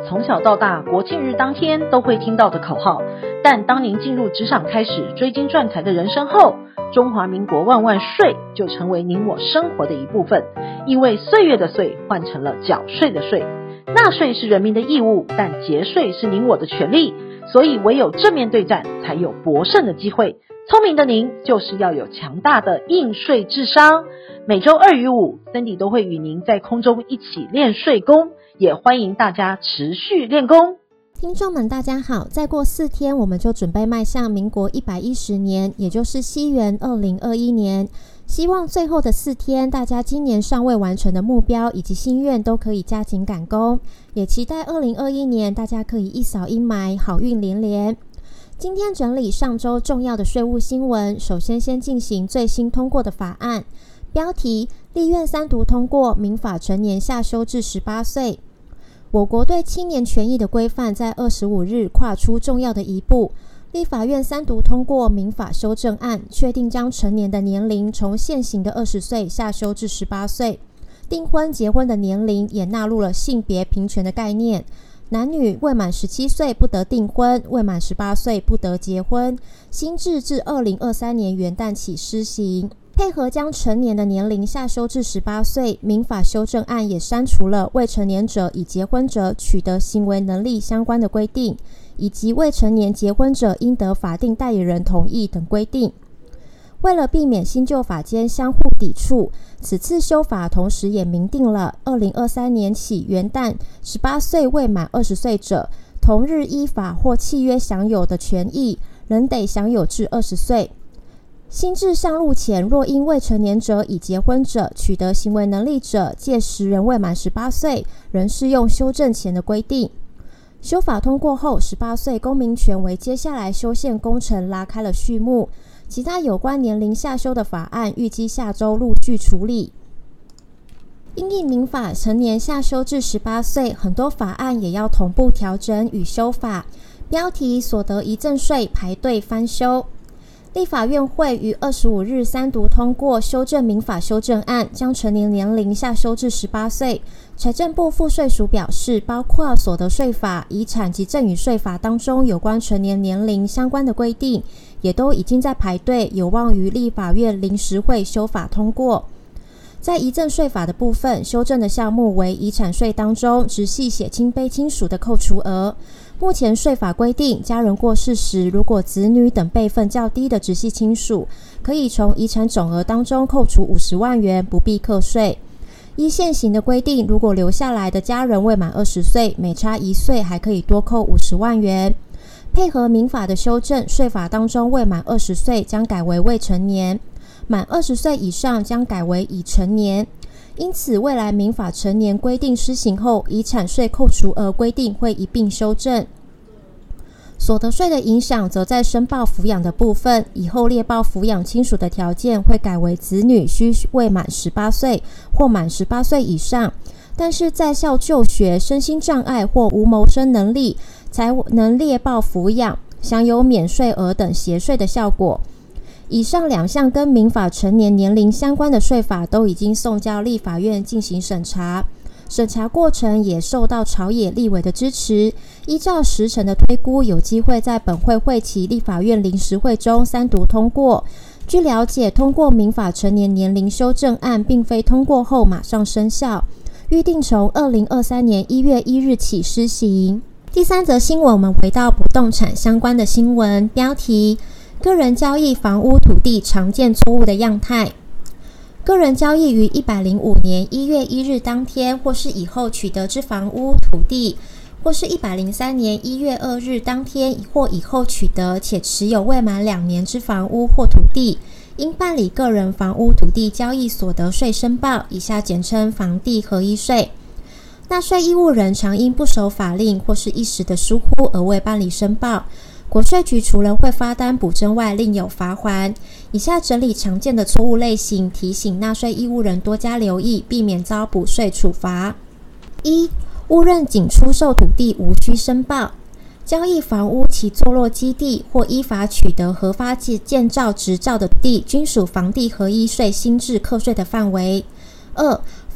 从小到大国庆日当天都会听到的口号，但当您进入职场开始追金赚财的人生后，中华民国万万税就成为您我生活的一部分，因为岁月的岁换成了缴税的税。纳税是人民的义务，但节税是您我的权利，所以唯有正面对战才有博胜的机会。聪明的您就是要有强大的应税智商。每周2与5 Cindy 都会与您在空中一起练税功，也欢迎大家持续练功。 听众们大家好，再过4天我们就准备迈向民国110年，也就是西元2021年。希望最后的4天，大家今年尚未完成的目标以及心愿都可以加紧赶工，也期待2021年大家可以一扫阴霾，好运连连。今天整理上周重要的税务新闻，首先进行最新通过的法案。标题：立院3读通过民法成年下修至18岁。我国对青年权益的规范在25日跨出重要的一步。立法院3读通过民法修正案，确定将成年的年龄从现行的20岁下修至18岁。订婚结婚的年龄也纳入了性别平权的概念，男女未满17岁不得订婚，未满18岁不得结婚。新制自2023年元旦起施行。配合将成年的年龄下修至18岁，民法修正案也删除了未成年者已结婚者取得行为能力相关的规定，以及未成年结婚者应得法定代理人同意等规定。为了避免新旧法间相互抵触，此次修法同时也明定了2023年起元旦18岁未满20岁者，同日依法或契约享有的权益，仍得享有至20岁。新制上路前，若因未成年者已结婚者取得行为能力者，届时仍未满18岁，仍适用修正前的规定。修法通过后，18岁公民权为接下来修宪工程拉开了序幕。其他有关年龄下修的法案，预计下周陆续处理。因应民法成年下修至18岁，很多法案也要同步调整与修法。标题：所得遗赠税排队翻修。立法院会于25日3读通过修正民法修正案，将成年年龄下修至18岁。财政部赋税署表示，包括所得税法、遗产及赠与税法当中有关成年年龄相关的规定，也都已经在排队，有望于立法院临时会修法通过。在遗赠税法的部分，修正的项目为遗产税当中直系血亲卑亲属的扣除额。目前税法规定，家人过世时，如果子女等辈分较低的直系亲属，可以从遗产总额当中扣除50万元，不必课税。依现行的规定，如果留下来的家人未满20岁，每差1岁还可以多扣50万元。配合民法的修正，税法当中未满20岁将改为未成年，满20岁以上将改为已成年。因此，未来民法成年规定施行后，遗产税扣除额规定会一并修正。所得税的影响则在申报抚养的部分，以后列报抚养亲属的条件会改为子女需未满18岁或满18岁以上，但是在校就学、身心障碍或无谋生能力才能列报抚养，享有免税额等协税的效果。以上2项跟民法成年年龄相关的税法都已经送交立法院进行审查，审查过程也受到朝野立委的支持。依照时程的推估，有机会在本会会期立法院临时会中3读通过。据了解，通过民法成年年龄修正案并非通过后马上生效，预定从2023年1月1日起施行。第3则新闻，我们回到不动产相关的新闻，标题：个人交易房屋土地常见错误的样态。个人交易于105年1月1日当天或是以后取得之房屋土地，或是103年1月2日当天或以后取得且持有未满2年之房屋或土地，应办理个人房屋土地交易所得税申报，以下简称房地合一税。纳税义务人常因不守法令或是一时的疏忽而未办理申报，国税局除了会发单补征外，另有罚锾。以下整理常见的错误类型，提醒纳税义务人多加留意，避免遭补税处罚。1. 误认仅出售土地无需申报。交易房屋其坐落基地或依法取得核发建造执照的地，均属房地合一税新制课税的范围。2.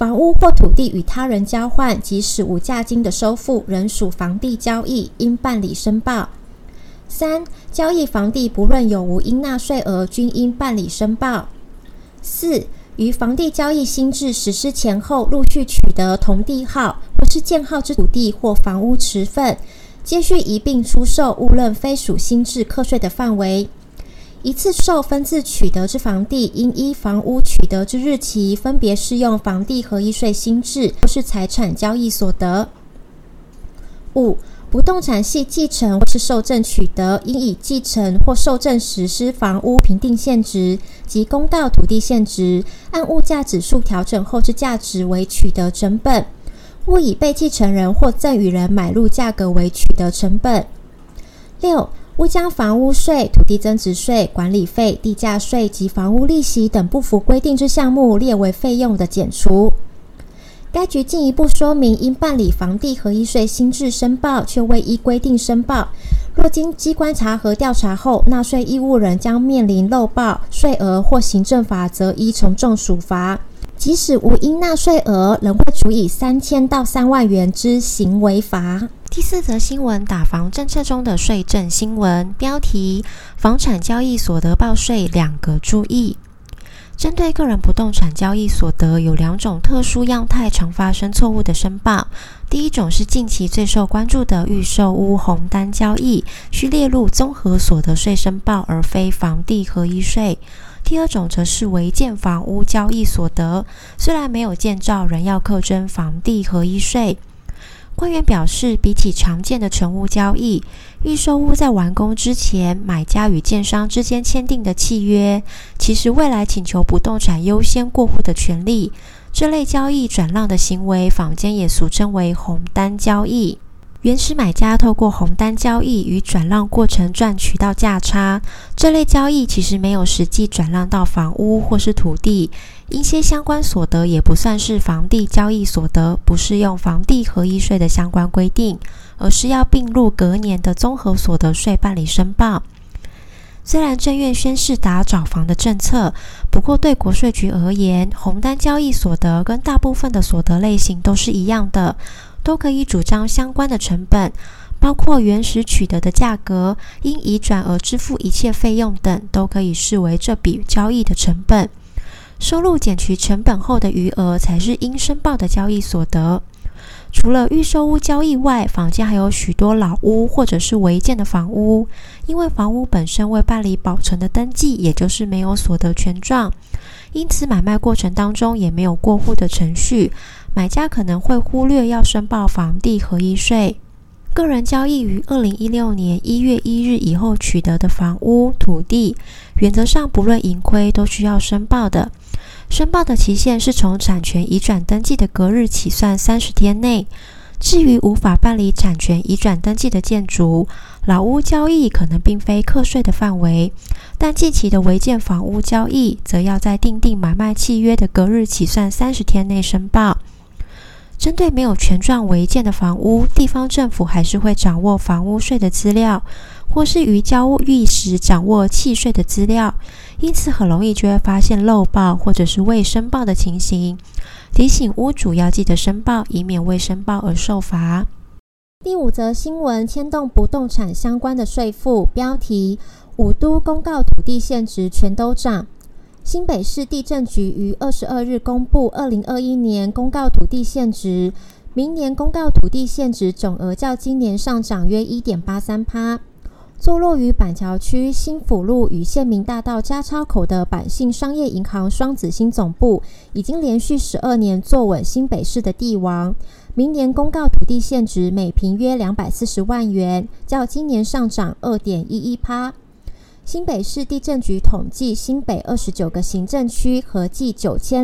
房屋或土地与他人交换及使无价金的收付仍属房地交易，应办理申报。3. 交易房地不论有无应纳税额，均应办理申报。4. 于房地交易新制实施前后陆续取得同地号或是建号之土地或房屋持份，皆须一并出售，勿论非属新制课税的范围。一次受分次取得之房地，应依房屋取得之日期，分别适用房地合一税新制或是财产交易所得。5. 不动产系继承或是受赠取得，应以继承或受赠实施房屋评定现值及公告土地现值，按物价指数调整后之价值为取得成本，勿以被继承人或赠与人买入价格为取得成本。6. 勿将房屋税、土地增值税、管理费、地价税及房屋利息等不符规定之项目列为费用的减除。该局进一步说明，应办理房地合一税新制申报，却未依规定申报，若经机关查核调查后，纳税义务人将面临漏报、税额或行政法则依从重处罚。即使无应纳税额，仍会处以3000到3万元之行为罚。第4则新闻，打房政策中的税政新闻，标题：房产交易所得报税2个注意。针对个人不动产交易所得，有2种特殊样态常发生错误的申报。第一种是近期最受关注的预售屋红单交易，需列入综合所得税申报，而非房地合一税。第二种则是违建房屋交易所得，虽然没有建造，仍要课征房地合一税。官员表示，比起常见的成屋交易，预售屋在完工之前，买家与建商之间签订的契约，其实未来请求不动产优先过户的权利。这类交易转让的行为，坊间也俗称为红单交易。原始买家透过红单交易与转让过程赚取到价差，这类交易其实没有实际转让到房屋或是土地，因些相关所得也不算是房地交易所得，不适用房地合一税的相关规定，而是要并入隔年的综合所得税办理申报。虽然政院宣示打找房的政策，不过对国税局而言，红单交易所得跟大部分的所得类型都是一样的，都可以主张相关的成本，包括原始取得的价格、因移转而支付一切费用等，都可以视为这笔交易的成本。收入减去成本后的余额才是应申报的交易所得。除了预售屋交易外，坊间还有许多老屋或者是违建的房屋，因为房屋本身未办理保存的登记，也就是没有所得权状，因此买卖过程当中也没有过户的程序，买家可能会忽略要申报房地合一税。个人交易于2016年1月1日以后取得的房屋、土地，原则上不论盈亏都需要申报的。申报的期限是从产权移转登记的隔日起算30天内。至于无法办理产权移转登记的建筑，老屋交易可能并非课税的范围，但近期的违建房屋交易，则要在订定买卖契约的隔日起算30天内申报。针对没有权状违建的房屋，地方政府还是会掌握房屋税的资料，或是于交易时掌握契税的资料，因此很容易就会发现漏报或者是未申报的情形。提醒屋主要记得申报，以免未申报而受罚。第5则新闻，牵动不动产相关的税负，标题：五都公告土地现值全都涨。新北市地政局于22日公布2021年公告土地现值，明年公告土地现值总额较今年上涨约 1.83%。坐落于板桥区新府路与县民大道加超口的板信商业银行双子星总部，已经连续12年坐稳新北市的地王。明年公告土地现值每坪约240万元，较今年上涨 2.11%。新北市地政局统计新北29个行政区合计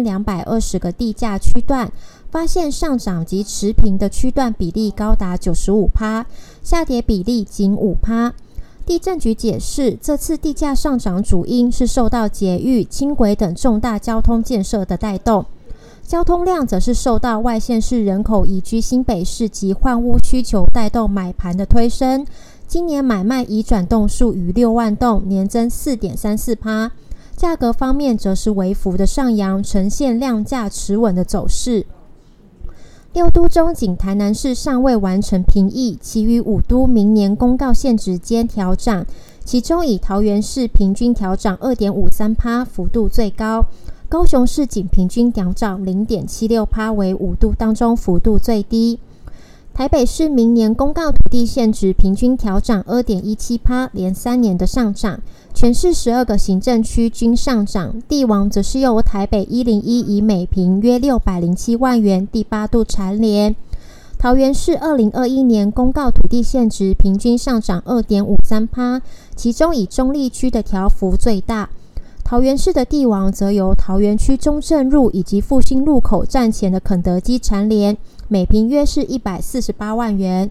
9220个地价区段，发现上涨及持平的区段比例高达 95%， 下跌比例仅 5%。地政局解释，这次地价上涨主因是受到捷运、轻轨等重大交通建设的带动，交通量则是受到外县市人口移居新北市及换屋需求带动买盘的推升。今年买卖移转栋数逾6万栋，年增 4.34%， 价格方面则是微幅的上扬，呈现量价持稳的走势。六都中仅台南市尚未完成评议，其余5都明年公告现值间调涨，其中以桃园市平均调涨 2.53%， 幅度最高，高雄市仅平均调涨 0.76%， 为5都当中幅度最低。台北市明年公告土地现值平均调涨 2.17%， 连3年的上涨，全市12个行政区均上涨，地王则是由台北101以每坪约607万元第8度蝉联。桃园市2021年公告土地现值平均上涨 2.53%， 其中以中坜区的调幅最大。桃园市的地王则由桃园区中正路以及复兴路口站前的肯德基蝉联，每坪约是148万元。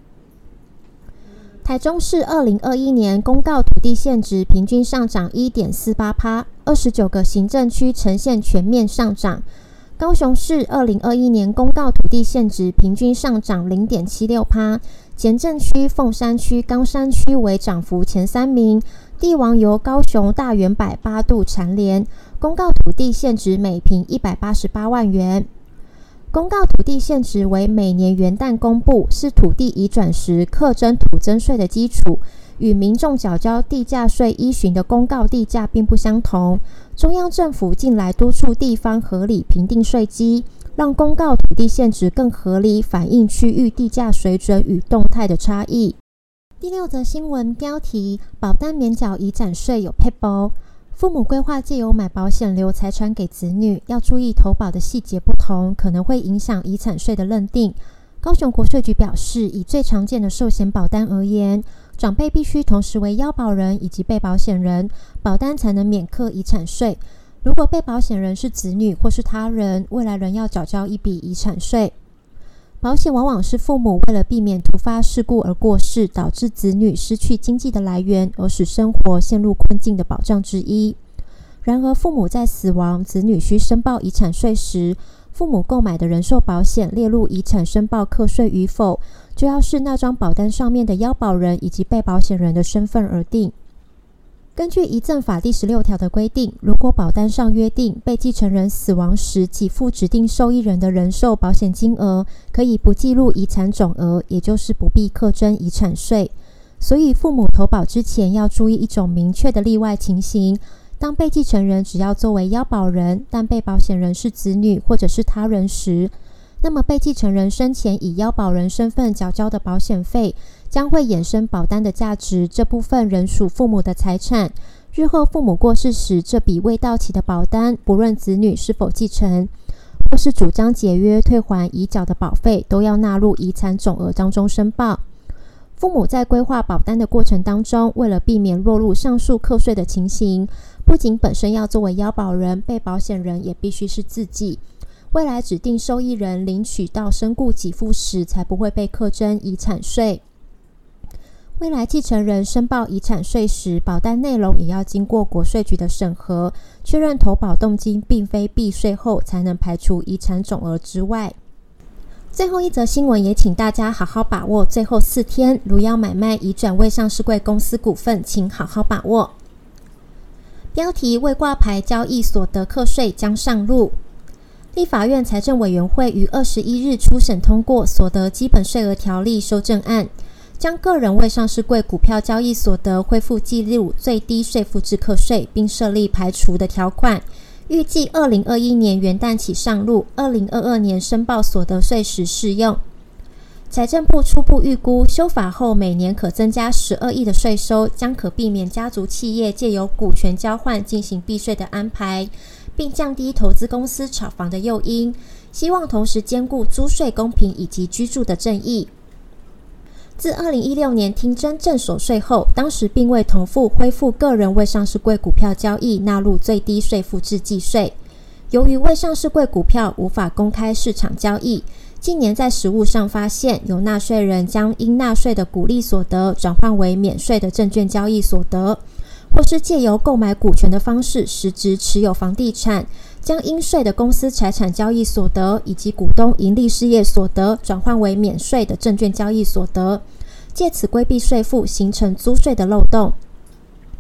台中市2021年公告土地现值平均上涨 1.48%， 29个行政区呈现全面上涨。高雄市2021年公告土地现值平均上涨 0.76%， 前镇区、凤山区、冈山区为涨幅前3名，地王由高雄大圆柏8度蝉联，公告土地现值每坪188万元。公告土地现值为每年元旦公布，是土地移转时课征土增税的基础，与民众缴交地价税依循的公告地价并不相同。中央政府近来督促地方合理评定税基，让公告土地现值更合理反映区域地价水准与动态的差异。第6则新闻标题：保单免缴遗产税有撇步。父母规划借由买保险留财产给子女，要注意投保的细节不同，可能会影响遗产税的认定。高雄国税局表示，以最常见的寿险保单而言，长辈必须同时为要保人以及被保险人，保单才能免课遗产税。如果被保险人是子女或是他人，未来仍要缴交一笔遗产税。保险往往是父母为了避免突发事故而过世，导致子女失去经济的来源，而使生活陷入困境的保障之一。然而，父母在死亡，子女需申报遗产税时，父母购买的人寿保险列入遗产申报课税与否，就要视那张保单上面的要保人以及被保险人的身份而定。根据遗赠法第16条的规定，如果保单上约定被继承人死亡时给付指定受益人的人寿保险金额，可以不计入遗产总额，也就是不必课征遗产税。所以父母投保之前要注意一种明确的例外情形，当被继承人只要作为要保人，但被保险人是子女或者是他人时，那么被继承人生前以要保人身份缴交的保险费将会衍生保单的价值，这部分仍属父母的财产。日后父母过世时，这笔未到期的保单，不论子女是否继承，或是主张解约退还已缴的保费，都要纳入遗产总额当中申报。父母在规划保单的过程当中，为了避免落入上述课税的情形，不仅本身要作为要保人，被保险人也必须是自己。未来指定受益人领取到身故给付时，才不会被课征遗产税。未来继承人申报遗产税时，保单内容也要经过国税局的审核，确认投保动机并非避税后，才能排除遗产总额之外。最后一则新闻也请大家好好把握最后4天，如要买卖移转未上市柜公司股份，请好好把握。标题：未挂牌交易所得课税将上路。立法院财政委员会于21日初审通过所得基本税额条例修正案，将个人未上市柜股票交易所得恢复计入最低税负制课税，并设立排除的条款，预计2021年元旦起上路，2022年申报所得税时适用。财政部初步预估，修法后每年可增加12亿的税收，将可避免家族企业借由股权交换进行避税的安排，并降低投资公司炒房的诱因，希望同时兼顾租税公平以及居住的正义。自2016年听征正所税后，当时并未同步恢复个人未上市柜股票交易纳入最低税负制计税。由于未上市柜股票无法公开市场交易，近年在实务上发现，有纳税人将应纳税的股利所得转换为免税的证券交易所得，或是借由购买股权的方式实质持有房地产，将应税的公司财产交易所得以及股东盈利事业所得转换为免税的证券交易所得，借此规避税负，形成租税的漏洞。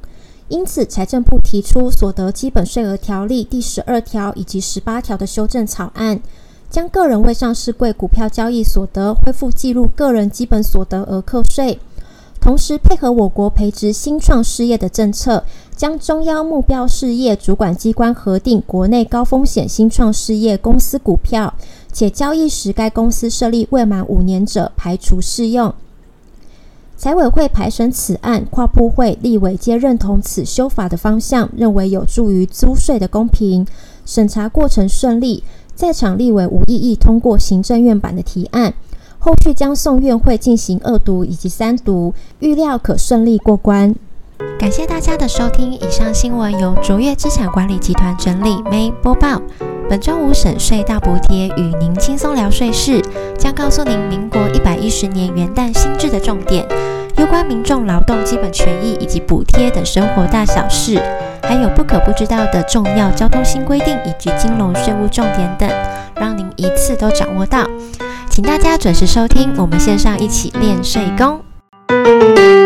因此财政部提出所得基本税额条例第12条以及18条的修正草案，将个人未上市柜股票交易所得恢复计入个人基本所得额课税，同时配合我国培植新创事业的政策，将中央目标事业主管机关核定国内高风险新创事业公司股票，且交易时该公司设立未满5年者排除适用。财委会排审此案，跨部会立委皆认同此修法的方向，认为有助于租税的公平。审查过程顺利，在场立委无异议通过行政院版的提案，后续将送院会进行2读以及3读，预料可顺利过关。感谢大家的收听，以上新闻由卓越资产管理集团整理，May 播报。本周五省税大补帖与您轻松聊税事，将告诉您民国110年元旦新制的重点，攸关民众劳动基本权益以及补贴等生活大小事，还有不可不知道的重要交通新规定以及金融税务重点等，让您一次都掌握到。请大家准时收听，我们线上一起练税功。